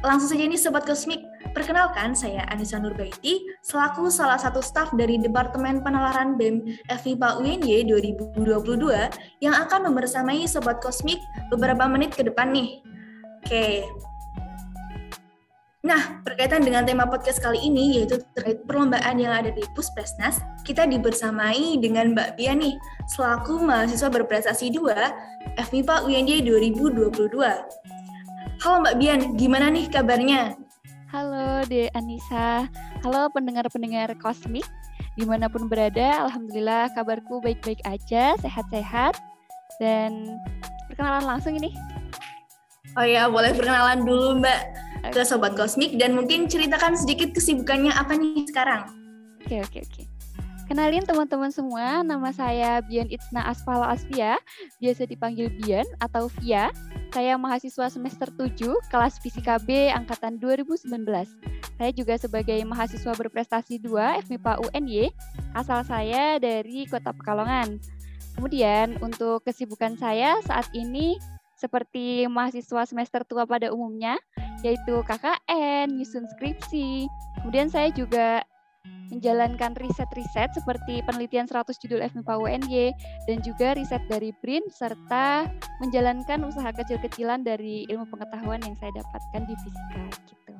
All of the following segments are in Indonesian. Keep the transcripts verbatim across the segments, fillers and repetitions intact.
Langsung saja nih Sobat Kosmik, perkenalkan saya Anissa Nurbaiti, selaku salah satu staf dari Departemen Penalaran B E M F M I P A U N Y dua ribu dua puluh dua yang akan membersamai Sobat Kosmik beberapa menit ke depan nih. Oke. Nah, berkaitan dengan tema podcast kali ini, yaitu terkait perlombaan yang ada di Puspresnas, kita dibersamai dengan Mbak Bia nih, selaku mahasiswa berprestasi dua F M I P A U N Y dua ribu dua puluh dua. Halo Mbak Bian, gimana nih kabarnya? Halo De Anissa, halo pendengar-pendengar Kosmik, dimanapun berada, alhamdulillah kabarku baik-baik aja, sehat-sehat, dan perkenalan langsung ini. Oh ya, boleh perkenalan dulu Mbak ke Sobat Kosmik, dan mungkin ceritakan sedikit kesibukannya apa nih sekarang? Oke, oke, oke. Kenalin teman-teman semua, nama saya Bian Itsna Asfala Asfia, biasa dipanggil Bian atau Via. Saya mahasiswa semester tujuh, kelas Fisika B, angkatan dua ribu sembilan belas. Saya juga sebagai mahasiswa berprestasi dua F M I P A U N Y, asal saya dari Kota Pekalongan. Kemudian untuk kesibukan saya saat ini seperti mahasiswa semester tua pada umumnya, yaitu K K N, nyusun skripsi. Kemudian saya juga menjalankan riset-riset seperti penelitian seratus judul F M I P A U N Y dan juga riset dari B R I N serta menjalankan usaha kecil-kecilan dari ilmu pengetahuan yang saya dapatkan di fisika gitu.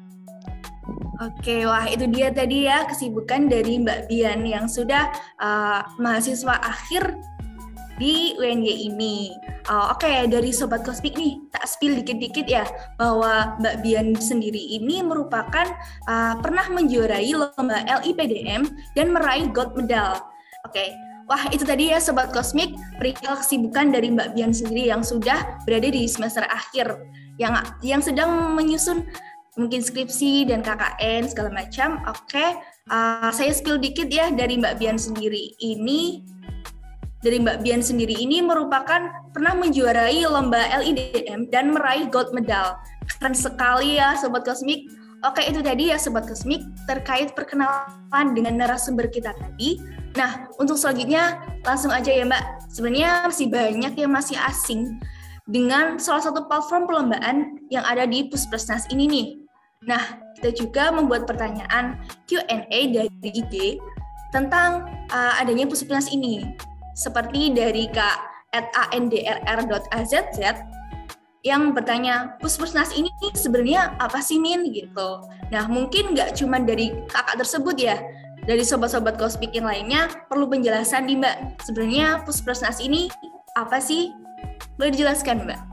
Oke, wah itu dia tadi ya kesibukan dari Mbak Bian yang sudah uh, mahasiswa akhir di U N Y ini. Uh, Oke, okay, dari Sobat Kosmik nih, tak spill dikit-dikit ya, bahwa Mbak Bian sendiri ini merupakan uh, pernah menjuarai lomba L I P D M dan meraih gold medal. Oke, okay. Wah itu tadi ya Sobat Kosmik, perihal kesibukan dari Mbak Bian sendiri yang sudah berada di semester akhir, yang yang sedang menyusun mungkin skripsi dan K K N segala macam. Oke, okay. uh, saya spill dikit ya dari Mbak Bian sendiri ini. Dari Mbak Bian sendiri ini merupakan pernah menjuarai lomba L I D M dan meraih gold medal. Keren sekali ya Sobat Kosmik. Oke, itu tadi ya Sobat Kosmik terkait perkenalan dengan narasumber kita tadi. Nah, untuk selanjutnya langsung aja ya Mbak. Sebenarnya masih banyak yang masih asing dengan salah satu platform perlombaan yang ada di Puspresnas ini nih. Nah, kita juga membuat pertanyaan Q and A dari I G tentang uh, adanya Puspresnas ini. Seperti dari Kak at andrr dot azz yang bertanya, Puspresnas ini sebenarnya apa sih Min? Gitu. Nah, mungkin nggak cuma dari kakak tersebut ya, dari sobat-sobat Kosmik yang lainnya perlu penjelasan nih Mbak. Sebenarnya Puspresnas ini apa sih? Boleh dijelaskan Mbak?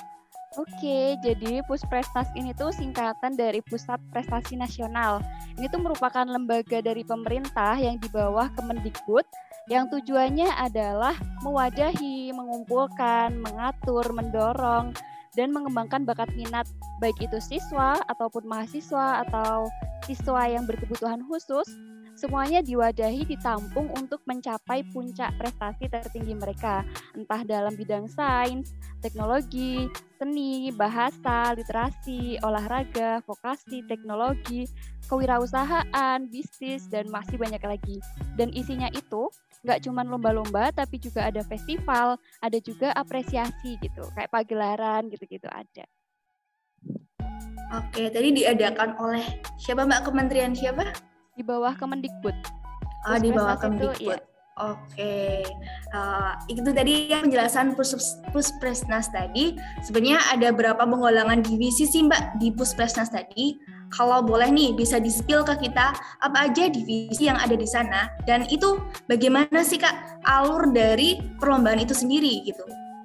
Oke, jadi Puspresnas ini tuh singkatan dari Pusat Prestasi Nasional. Ini tuh merupakan lembaga dari pemerintah yang di bawah Kemendikbud, yang tujuannya adalah mewadahi, mengumpulkan, mengatur, mendorong, dan mengembangkan bakat minat, baik itu siswa ataupun mahasiswa atau siswa yang berkebutuhan khusus, semuanya diwadahi, ditampung untuk mencapai puncak prestasi tertinggi mereka, entah dalam bidang sains, teknologi, seni, bahasa, literasi, olahraga, vokasi, teknologi, kewirausahaan, bisnis, dan masih banyak lagi. Dan isinya itu nggak cuma lomba-lomba, tapi juga ada festival, ada juga apresiasi gitu, kayak pagelaran gitu-gitu ada. Oke, tadi diadakan oleh siapa Mbak? Kementerian siapa? Di bawah Kemendikbud. Oh, di bawah Kemendikbud. Ya. Oke, uh, itu tadi ya penjelasan Puspresnas tadi. Sebenarnya ada berapa penggolongan divisi sih Mbak di Puspresnas tadi? Kalau boleh nih bisa di-spill ke kita apa aja divisi yang ada di sana dan itu bagaimana sih Kak alur dari perlombaan itu sendiri gitu.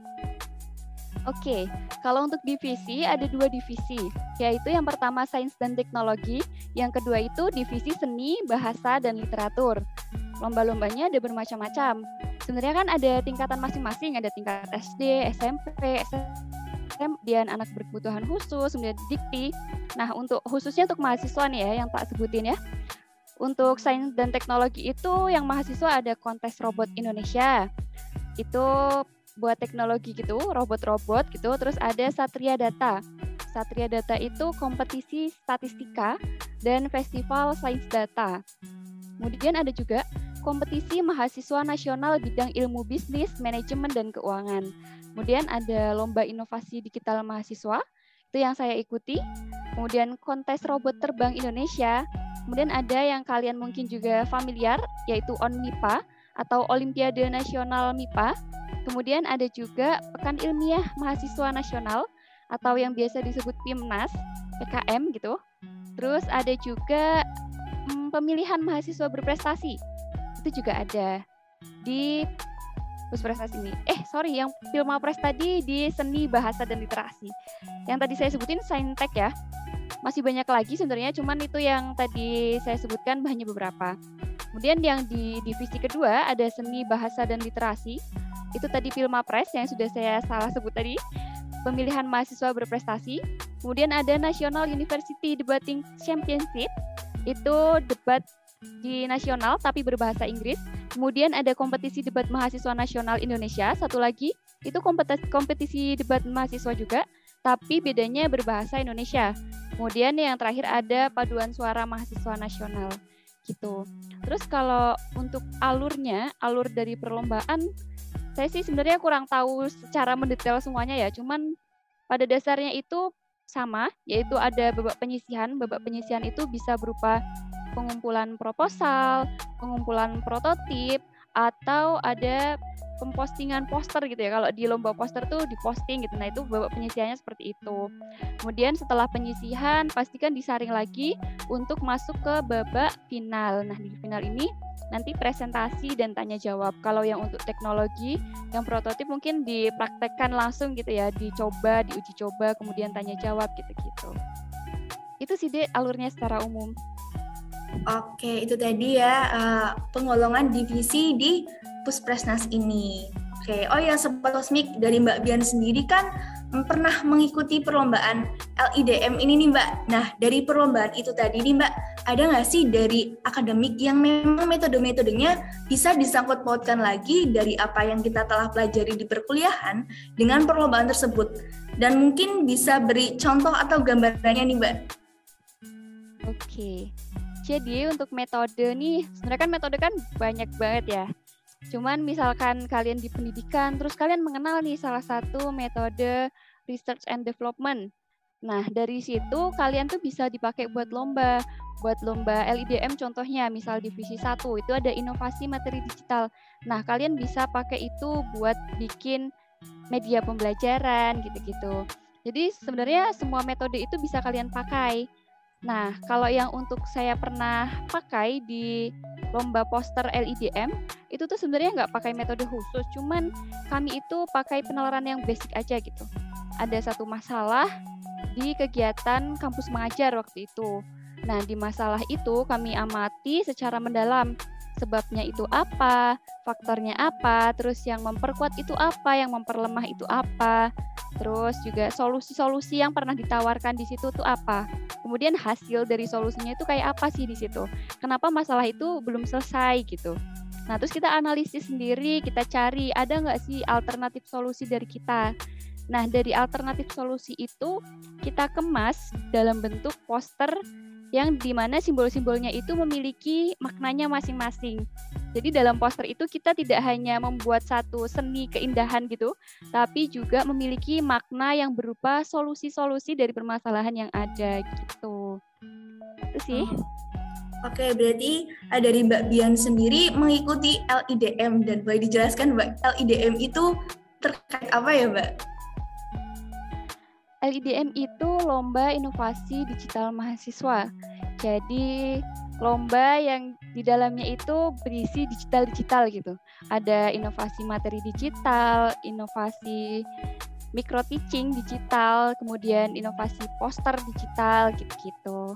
Oke, kalau untuk divisi ada dua divisi, yaitu yang pertama sains dan teknologi, yang kedua itu divisi seni, bahasa, dan literatur. Lomba-lombanya ada bermacam-macam. Sebenarnya kan ada tingkatan masing-masing, ada tingkat S D, S M P, S M P, kemudian anak berkebutuhan khusus, kemudian dikti. Nah, untuk khususnya untuk mahasiswa nih ya, yang tak sebutin ya. Untuk sains dan teknologi itu yang mahasiswa ada kontes robot Indonesia. Itu buat teknologi gitu, robot-robot gitu. Terus ada Satria Data. Satria Data itu kompetisi statistika dan festival sains data. Kemudian ada juga kompetisi mahasiswa nasional bidang ilmu bisnis, manajemen, dan keuangan. Kemudian ada lomba inovasi digital mahasiswa, itu yang saya ikuti. kemudian kontes robot terbang Indonesia, kemudian ada yang kalian mungkin juga familiar, yaitu O N M I P A atau Olimpiade Nasional M I P A. Kemudian ada juga Pekan Ilmiah Mahasiswa Nasional atau yang biasa disebut PIMNAS, P K M gitu. Terus ada juga hmm, pemilihan mahasiswa berprestasi. Itu juga ada di Pusprestasi ini. Eh, sorry, yang Filmapres tadi di Seni Bahasa dan Literasi. Yang tadi saya sebutin Saintek ya. Masih banyak lagi sebenarnya, cuman itu yang tadi saya sebutkan hanya beberapa. Kemudian yang di divisi kedua ada Seni Bahasa dan Literasi. Itu tadi Filmapres yang sudah saya salah sebut tadi. Pemilihan mahasiswa berprestasi. Kemudian ada National University Debating Championship. Itu debat di nasional tapi berbahasa Inggris. Kemudian ada kompetisi debat mahasiswa nasional Indonesia. Satu lagi itu kompetisi, kompetisi debat mahasiswa juga, tapi bedanya berbahasa Indonesia. Kemudian yang terakhir ada paduan suara mahasiswa nasional gitu. Terus kalau untuk alurnya, alur dari perlombaan, saya sih sebenarnya kurang tahu secara mendetail semuanya ya. Cuman pada dasarnya itu sama, yaitu ada babak penyisihan. Babak penyisihan itu bisa berupa pengumpulan proposal, pengumpulan prototip, atau ada pempostingan poster gitu ya. Kalau di lomba poster tuh diposting gitu. Nah, itu babak penyisihannya seperti itu. Kemudian setelah penyisihan, pastikan disaring lagi untuk masuk ke babak final. Nah, di final ini nanti presentasi dan tanya jawab. Kalau yang untuk teknologi, yang prototip mungkin dipraktekkan langsung gitu ya, dicoba, diuji coba, kemudian tanya jawab gitu-gitu. Itu sih deh alurnya secara umum. Oke, itu tadi ya uh, pengolongan divisi di Puspresnas ini. Oke, oh ya Sobat Kosmik, dari Mbak Bian sendiri kan mm, pernah mengikuti perlombaan L I D M ini nih Mbak. Nah, dari perlombaan itu tadi nih Mbak, ada nggak sih dari akademik yang memang metode-metodenya bisa disangkut pautkan lagi dari apa yang kita telah pelajari di perkuliahan dengan perlombaan tersebut? Dan mungkin bisa beri contoh atau gambarannya nih Mbak. Oke. Jadi untuk metode nih, sebenarnya kan metode kan banyak banget ya. Cuman misalkan kalian di pendidikan, terus kalian mengenal nih salah satu metode research and development. Nah, dari situ kalian tuh bisa dipakai buat lomba. Buat lomba L I D M contohnya, misal divisi satu, itu ada inovasi materi digital. Nah, kalian bisa pakai itu buat bikin media pembelajaran gitu-gitu. Jadi sebenarnya semua metode itu bisa kalian pakai. Nah, kalau yang untuk saya pernah pakai di lomba poster L I D M, itu tuh sebenarnya nggak pakai metode khusus, cuman kami itu pakai penalaran yang basic aja gitu. Ada satu masalah di kegiatan kampus mengajar waktu itu. Nah, di masalah itu kami amati secara mendalam. Sebabnya itu apa, faktornya apa, terus yang memperkuat itu apa, yang memperlemah itu apa, terus juga solusi-solusi yang pernah ditawarkan di situ tuh apa. Kemudian hasil dari solusinya itu kayak apa sih di situ. Kenapa masalah itu belum selesai gitu. Nah, terus kita analisis sendiri, kita cari ada nggak sih alternatif solusi dari kita. Nah, dari alternatif solusi itu kita kemas dalam bentuk poster yang dimana simbol-simbolnya itu memiliki maknanya masing-masing. Jadi dalam poster itu kita tidak hanya membuat satu seni keindahan gitu, tapi juga memiliki makna yang berupa solusi-solusi dari permasalahan yang ada gitu. Itu sih. Oke, berarti dari Mbak Bian sendiri mengikuti L I D M, dan boleh dijelaskan Mbak, L I D M itu terkait apa ya Mbak? L I D M itu Lomba Inovasi Digital Mahasiswa. Jadi lomba yang di dalamnya itu berisi digital-digital gitu. Ada inovasi materi digital, inovasi micro teaching digital, kemudian inovasi poster digital gitu-gitu.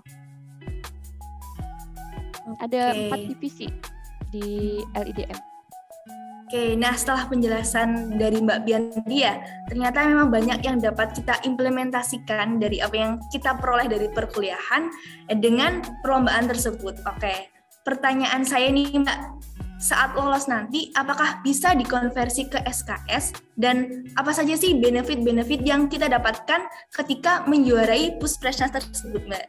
Okay. Ada empat divisi di L I D M. Oke, nah setelah penjelasan dari Mbak Bian dia, ternyata memang banyak yang dapat kita implementasikan dari apa yang kita peroleh dari perkuliahan dengan perlombaan tersebut. Oke, pertanyaan saya nih Mbak, saat lolos nanti apakah bisa dikonversi ke S K S dan apa saja sih benefit-benefit yang kita dapatkan ketika menjuarai Puspresnas tersebut Mbak?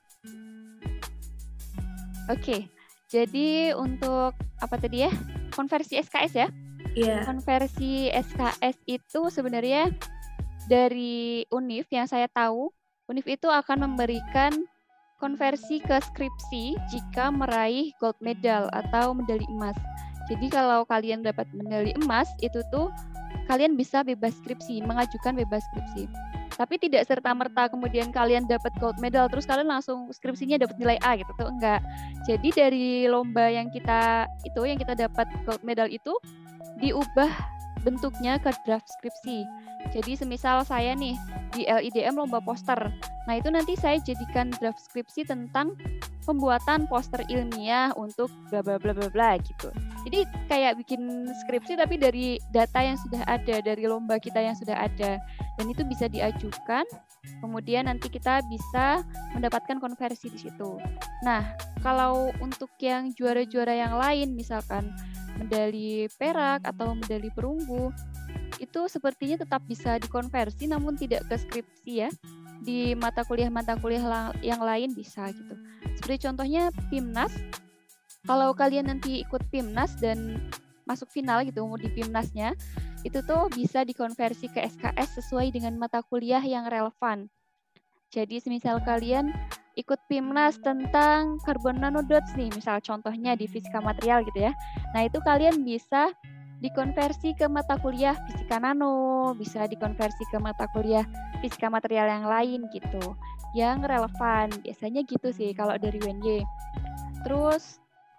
Oke, jadi untuk apa tadi ya? Konversi S K S ya? Iya. Konversi S K S itu sebenarnya dari U N I F yang saya tahu U N I F itu akan memberikan konversi ke skripsi jika meraih gold medal atau medali emas. Jadi kalau kalian dapat medali emas, itu tuh kalian bisa bebas skripsi, mengajukan bebas skripsi. Tapi tidak serta-merta kemudian kalian dapat gold medal, terus kalian langsung skripsinya dapat nilai A gitu, tuh enggak. Jadi dari lomba yang kita itu, yang kita dapat gold medal itu, diubah bentuknya ke draft skripsi. Jadi semisal saya nih di L I D M lomba poster, nah itu nanti saya jadikan draft skripsi tentang pembuatan poster ilmiah untuk bla bla bla bla bla gitu. Jadi kayak bikin skripsi tapi dari data yang sudah ada, dari lomba kita yang sudah ada, dan itu bisa diajukan. Kemudian nanti kita bisa mendapatkan konversi di situ. Nah, kalau untuk yang juara-juara yang lain, misalkan medali perak atau medali perunggu, itu sepertinya tetap bisa dikonversi namun tidak ke skripsi ya. Di mata kuliah-mata kuliah yang lain bisa gitu. Seperti contohnya PIMNAS. Kalau kalian nanti ikut PIMNAS dan masuk final gitu mau di PIMNASnya, itu tuh bisa dikonversi ke S K S sesuai dengan mata kuliah yang relevan. Jadi semisal kalian ikut PIMNAS tentang carbon nanodots nih, misal contohnya di fisika material gitu ya. Nah, itu kalian bisa dikonversi ke mata kuliah fisika nano, bisa dikonversi ke mata kuliah fisika material yang lain gitu, yang relevan. Biasanya gitu sih kalau dari U N Y. Terus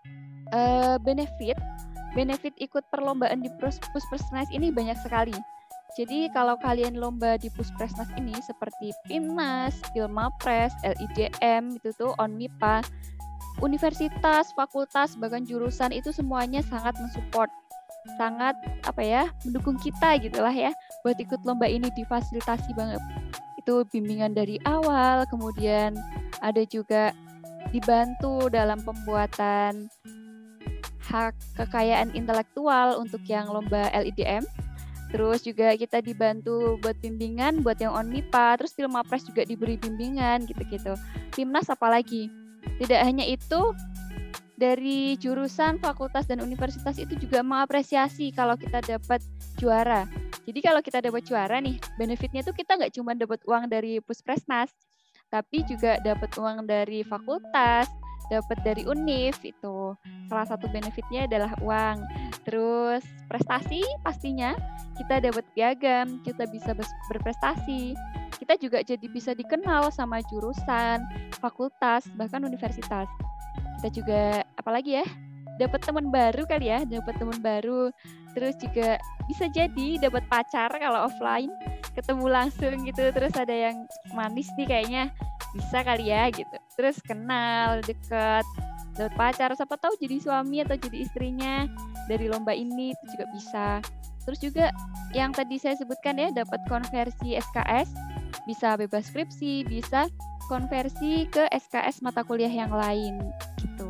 eh, benefit, benefit ikut perlombaan di Puspresnas ini banyak sekali. Jadi kalau kalian lomba di Puspresnas ini seperti PIMNAS, Filmapres, L I D M itu tuh ONMIPA, universitas, fakultas, bahkan jurusan itu semuanya sangat mensupport, sangat apa ya, mendukung kita gitulah ya buat ikut lomba ini, difasilitasi banget. Itu bimbingan dari awal, kemudian ada juga dibantu dalam pembuatan hak kekayaan intelektual untuk yang lomba L I D M. Terus juga kita dibantu buat bimbingan buat yang ONMIPA, terus Filmapres juga diberi bimbingan gitu-gitu. PIMNAS apalagi. Tidak hanya itu, dari jurusan, fakultas, dan universitas itu juga mengapresiasi kalau kita dapat juara. Jadi kalau kita dapat juara nih, benefitnya tuh kita nggak cuma dapat uang dari Puspresnas, tapi juga dapat uang dari fakultas, dapat dari U N I F itu. Salah satu benefitnya adalah uang. Terus prestasi pastinya, kita dapat piagam, kita bisa berprestasi. Kita juga jadi bisa dikenal sama jurusan, fakultas, bahkan universitas. Kita juga apalagi ya, dapat teman baru kali ya, dapat teman baru. Terus juga bisa jadi dapat pacar kalau offline, ketemu langsung gitu. Terus ada yang manis nih kayaknya, bisa kali ya gitu. Terus kenal, deket, dapat pacar, siapa tahu jadi suami atau jadi istrinya dari lomba ini, itu juga bisa. Terus juga yang tadi saya sebutkan ya, dapat konversi S K S, bisa bebas skripsi, bisa konversi ke S K S mata kuliah yang lain gitu.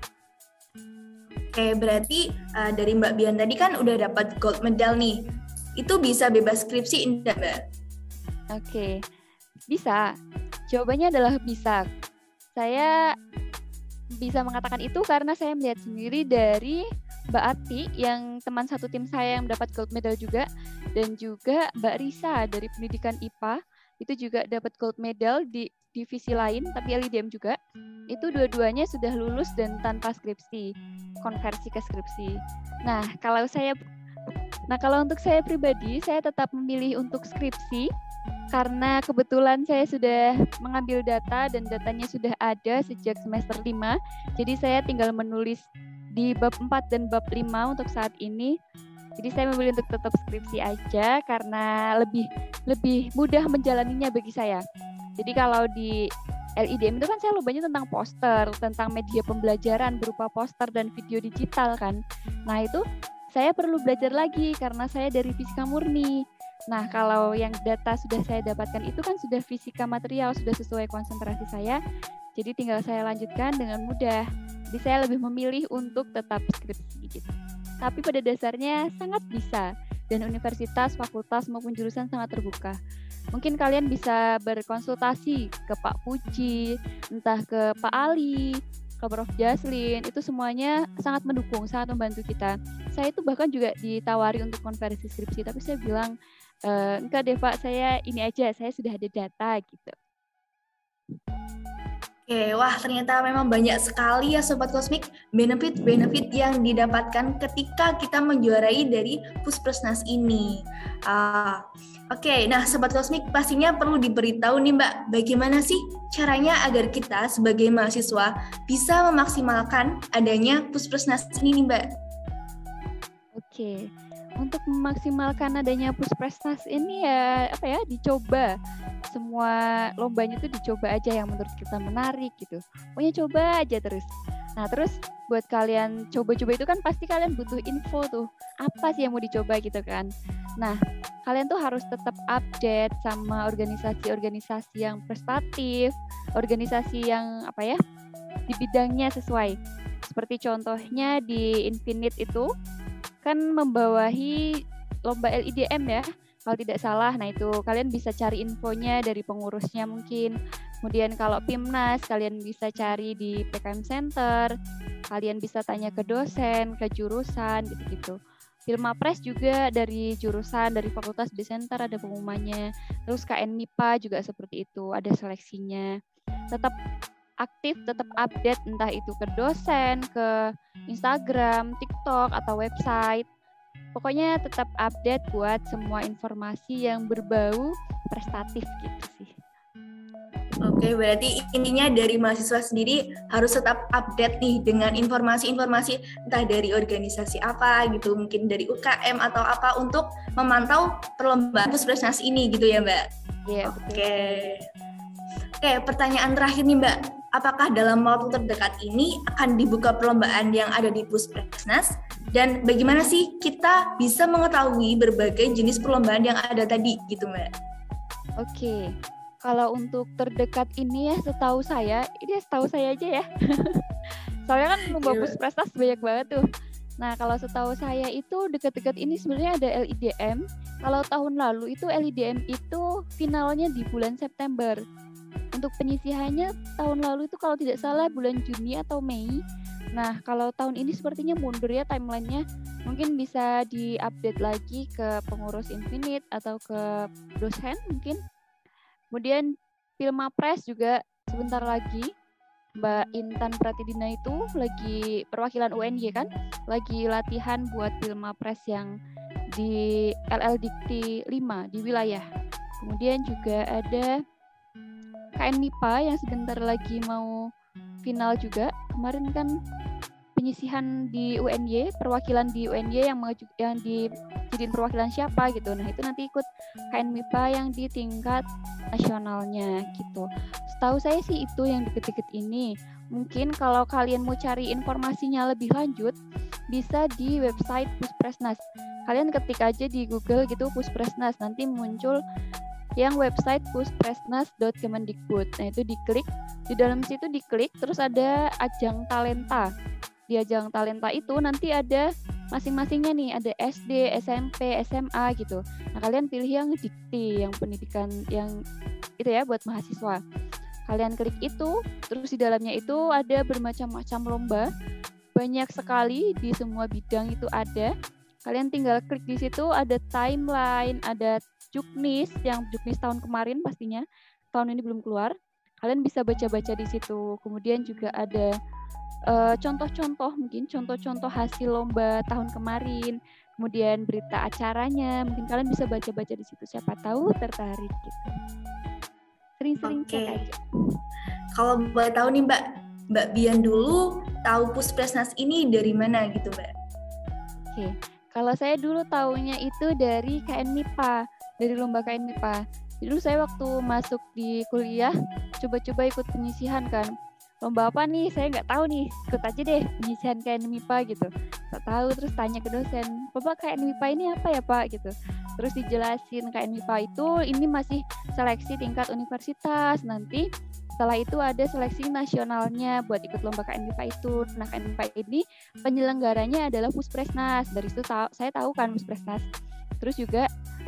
Oke, berarti uh, dari Mbak Bian tadi kan udah dapat gold medal nih. Itu bisa bebas skripsi enggak, Mbak? Oke, bisa. Jawabannya adalah bisa. Saya bisa mengatakan itu karena saya melihat sendiri dari Mbak Ati yang teman satu tim saya yang dapat gold medal juga, dan juga Mbak Risa dari pendidikan I P A itu juga dapat gold medal di divisi lain tapi L I D M juga. Itu dua-duanya sudah lulus dan tanpa skripsi, konversi ke skripsi. Nah, kalau saya Nah, kalau untuk saya pribadi, saya tetap memilih untuk skripsi karena kebetulan saya sudah mengambil data dan datanya sudah ada sejak semester lima. Jadi saya tinggal menulis di bab empat dan bab lima untuk saat ini. Jadi saya memilih untuk tetap skripsi aja karena lebih lebih mudah menjalaninya bagi saya. Jadi kalau di L I D M itu kan saya lombanya tentang poster, tentang media pembelajaran berupa poster dan video digital kan. Nah, itu saya perlu belajar lagi karena saya dari fisika murni. Nah, kalau yang data sudah saya dapatkan itu kan sudah fisika material, sudah sesuai konsentrasi saya. Jadi tinggal saya lanjutkan dengan mudah. Jadi saya lebih memilih untuk tetap skripsi gitu. Tapi pada dasarnya sangat bisa. Dan universitas, fakultas maupun jurusan sangat terbuka. Mungkin kalian bisa berkonsultasi ke Pak Puji, entah ke Pak Ali, ke Prof Jaslin, itu semuanya sangat mendukung, sangat membantu kita. Saya itu bahkan juga ditawari untuk konversi skripsi, tapi saya bilang, e, enggak deh Pak, saya ini aja, saya sudah ada data gitu. Oke, wah ternyata memang banyak sekali ya Sobat Kosmik benefit-benefit yang didapatkan ketika kita menjuarai dari Puspresnas ini. Uh, Oke, okay, nah Sobat Kosmik pastinya perlu diberitahu nih Mbak, bagaimana sih caranya agar kita sebagai mahasiswa bisa memaksimalkan adanya Puspresnas ini nih Mbak? Oke, untuk memaksimalkan adanya Puspresnas ini ya apa ya dicoba. Semua lombanya tuh dicoba aja yang menurut kita menarik gitu. Pokoknya coba aja terus. Nah terus buat kalian coba-coba itu kan pasti kalian butuh info tuh. Apa sih yang mau dicoba gitu kan. Nah kalian tuh harus tetap update sama organisasi-organisasi yang prestatif. Organisasi yang apa ya di bidangnya sesuai. Seperti contohnya di Infinite itu kan membawahi lomba L I D M ya. Kalau tidak salah, nah itu kalian bisa cari infonya dari pengurusnya mungkin. Kemudian kalau Pimnas, kalian bisa cari di P K M Center, kalian bisa tanya ke dosen, ke jurusan, gitu-gitu. Filmapres juga dari jurusan, dari fakultas di Center ada pengumumannya. Terus K N M I P A juga seperti itu, ada seleksinya. Tetap aktif, tetap update, entah itu ke dosen, ke Instagram, TikTok, atau website. Pokoknya tetap update buat semua informasi yang berbau prestatif gitu sih. Oke, berarti intinya dari mahasiswa sendiri harus tetap update nih dengan informasi-informasi entah dari organisasi apa gitu, mungkin dari U K M atau apa untuk memantau perlombaan Puspresnas ini gitu ya Mbak? Iya, yeah, Oke. Okay. Oke, pertanyaan terakhir nih Mbak. Apakah dalam waktu terdekat ini akan dibuka perlombaan yang ada di Puspresnas? Dan bagaimana sih kita bisa mengetahui berbagai jenis perlombaan yang ada tadi gitu Mbak? Oke, kalau untuk terdekat ini ya setahu saya, ini setahu saya aja ya. Soalnya kan lomba Puspresnas banyak banget tuh. Nah kalau setahu saya itu dekat-dekat ini sebenarnya ada L I D M. Kalau tahun lalu itu L I D M itu finalnya di bulan September. Untuk penyisihannya tahun lalu itu kalau tidak salah bulan Juni atau Mei. Nah, kalau tahun ini sepertinya mundur ya timelinenya. Mungkin bisa diupdate lagi ke pengurus Infinite atau ke dosen mungkin. Kemudian Filmapres juga sebentar lagi. Mbak Intan Pratidina itu lagi perwakilan U N Y kan, lagi latihan buat Filmapres yang di L L Dikti lima di wilayah. Kemudian juga ada K N M I P A yang sebentar lagi mau final juga. Kemarin kan penyisihan di U N Y, perwakilan di U N Y yang maju, yang dijadiin perwakilan siapa gitu. Nah, itu nanti ikut K N M I P A yang di tingkat nasionalnya gitu. Setahu saya sih itu yang deket-deket ini. Mungkin kalau kalian mau cari informasinya lebih lanjut, bisa di website Puspresnas. Kalian ketik aja di Google gitu Puspresnas, nanti muncul yang website puspresnas dot kemendikbud. Nah itu diklik, di dalam situ diklik, terus ada ajang talenta. Di ajang talenta itu nanti ada masing-masingnya nih, ada S D, S M P, S M A gitu. Nah kalian pilih yang dikti, yang pendidikan yang itu ya buat mahasiswa. Kalian klik itu, terus di dalamnya itu ada bermacam-macam lomba, banyak sekali di semua bidang itu ada. Kalian tinggal klik di situ, ada timeline, ada Juknis, yang Juknis tahun kemarin pastinya, tahun ini belum keluar. Kalian bisa baca-baca di situ. Kemudian juga ada uh, contoh-contoh, mungkin contoh-contoh hasil lomba tahun kemarin. Kemudian berita acaranya, mungkin kalian bisa baca-baca di situ. Siapa tahu tertarik gitu. Sering-sering Oke. cek aja. Kalau boleh tahu nih Mbak, Mbak Bian dulu tahu Puspresnas ini dari mana gitu Mbak? Oke, kalau saya dulu tahunya itu dari K N M I P A, dari lomba K N M I P A. Jadi dulu saya waktu masuk di kuliah, coba-coba ikut penyisihan kan. Lomba apa nih? Saya nggak tahu nih. Ikut aja deh penyisihan K N M I P A gitu. Nggak tahu, terus tanya ke dosen, Bapak K N M I P A ini apa ya Pak? Gitu. Terus dijelasin K N M I P A itu ini masih seleksi tingkat universitas. Nanti setelah itu ada seleksi nasionalnya buat ikut lomba K N M I P A itu. Nah, K N M I P A ini penyelenggaranya adalah Puspresnas. Dari situ tahu, saya tahu kan Puspresnas. Terus juga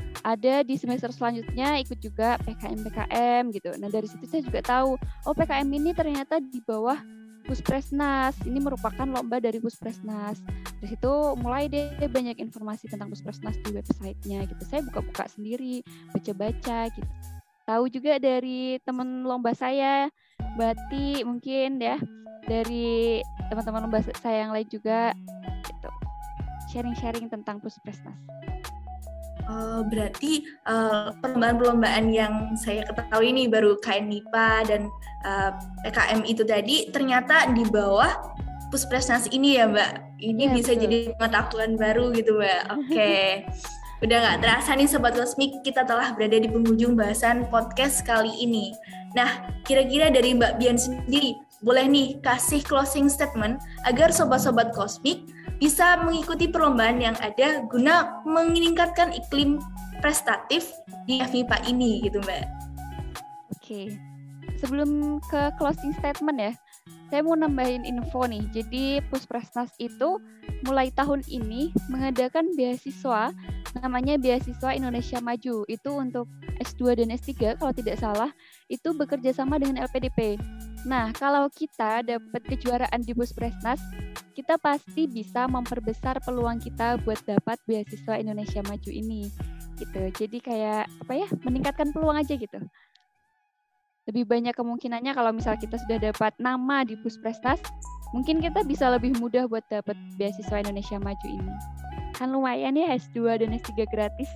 ada di semester selanjutnya ikut juga P K M P K M gitu. Nah, dari situ saya juga tahu, oh P K M ini ternyata di bawah Puspresnas. Ini merupakan lomba dari Puspresnas. Dari situ mulai deh banyak informasi tentang Puspresnas di websitenya gitu. Saya buka-buka sendiri, baca-baca gitu. tahu juga dari teman lomba saya, Bati mungkin ya, dari teman-teman lomba saya yang lain juga gitu. Sharing-sharing tentang Puspresnas. Uh, berarti uh, perlombaan-perlombaan yang saya ketahui ini baru K N MIPA dan uh, P K M itu tadi ternyata di bawah Puspresnas ini ya Mbak. Ini ya, bisa betul. Jadi pengetahuan baru gitu Mbak. Oke. Okay. Udah nggak terasa nih Sobat Kosmik, kita telah berada di penghujung bahasan podcast kali ini. Nah, kira-kira dari Mbak Bian sendiri, boleh nih kasih closing statement agar Sobat-Sobat Kosmik bisa mengikuti perlombaan yang ada guna meningkatkan iklim prestatif di F MIPA ini gitu Mbak. Oke, sebelum ke closing statement ya, saya mau nambahin info nih. Jadi Puspresnas itu mulai tahun ini mengadakan beasiswa, namanya Beasiswa Indonesia Maju. Itu untuk S dua dan S tiga kalau tidak salah, itu bekerja sama dengan L P D P. Nah, kalau kita dapat kejuaraan di Puspresnas, kita pasti bisa memperbesar peluang kita buat dapat beasiswa Indonesia Maju ini. Gitu. Jadi kayak apa ya? Meningkatkan peluang aja gitu. Lebih banyak kemungkinannya kalau misal kita sudah dapat nama di Puspresnas, mungkin kita bisa lebih mudah buat dapat beasiswa Indonesia Maju ini. Kan lumayan ya S dua dan S tiga gratis.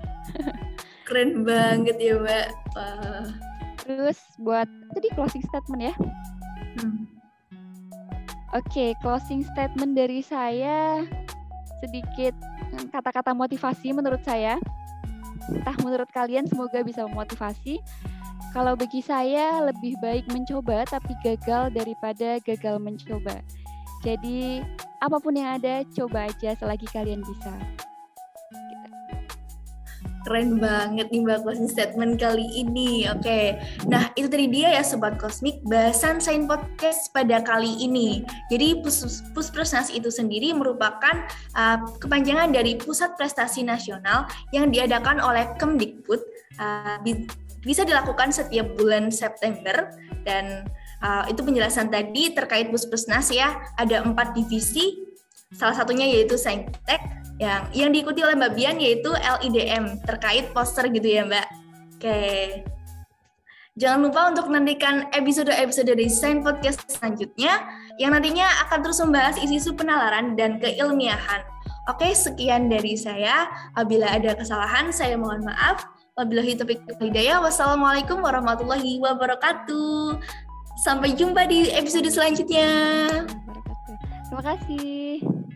Keren banget ya, Mbak. Wah. Terus buat tadi closing statement ya. Hmm. Oke, okay, closing statement dari saya sedikit kata-kata motivasi menurut saya. Entah menurut kalian, semoga bisa memotivasi. Kalau bagi saya lebih baik mencoba tapi gagal daripada gagal mencoba. Jadi apapun yang ada, coba aja selagi kalian bisa. Gitu. Keren banget nih Mbak closing statement kali ini. Oke, nah itu tadi dia ya Sobat Kosmik, bahasan Sains Podcast pada kali ini. Jadi Puspresnas itu sendiri merupakan uh, kepanjangan dari Pusat Prestasi Nasional yang diadakan oleh Kemdikbud. Uh, bisa dilakukan setiap bulan September dan uh, itu penjelasan tadi terkait Puspresnas ya. Ada empat divisi, salah satunya yaitu Saintek yang yang diikuti oleh Mbak Bian yaitu L I D M terkait poster gitu ya Mbak. Oke. Jangan lupa untuk nantikan episode-episode dari Sains Podcast selanjutnya yang nantinya akan terus membahas isu-isu penalaran dan keilmiahan. Oke, sekian dari saya. Apabila ada kesalahan, saya mohon maaf. Wabillahi taufiq wal hidayah. Wassalamualaikum warahmatullahi wabarakatuh. Sampai jumpa di episode selanjutnya. Terima kasih.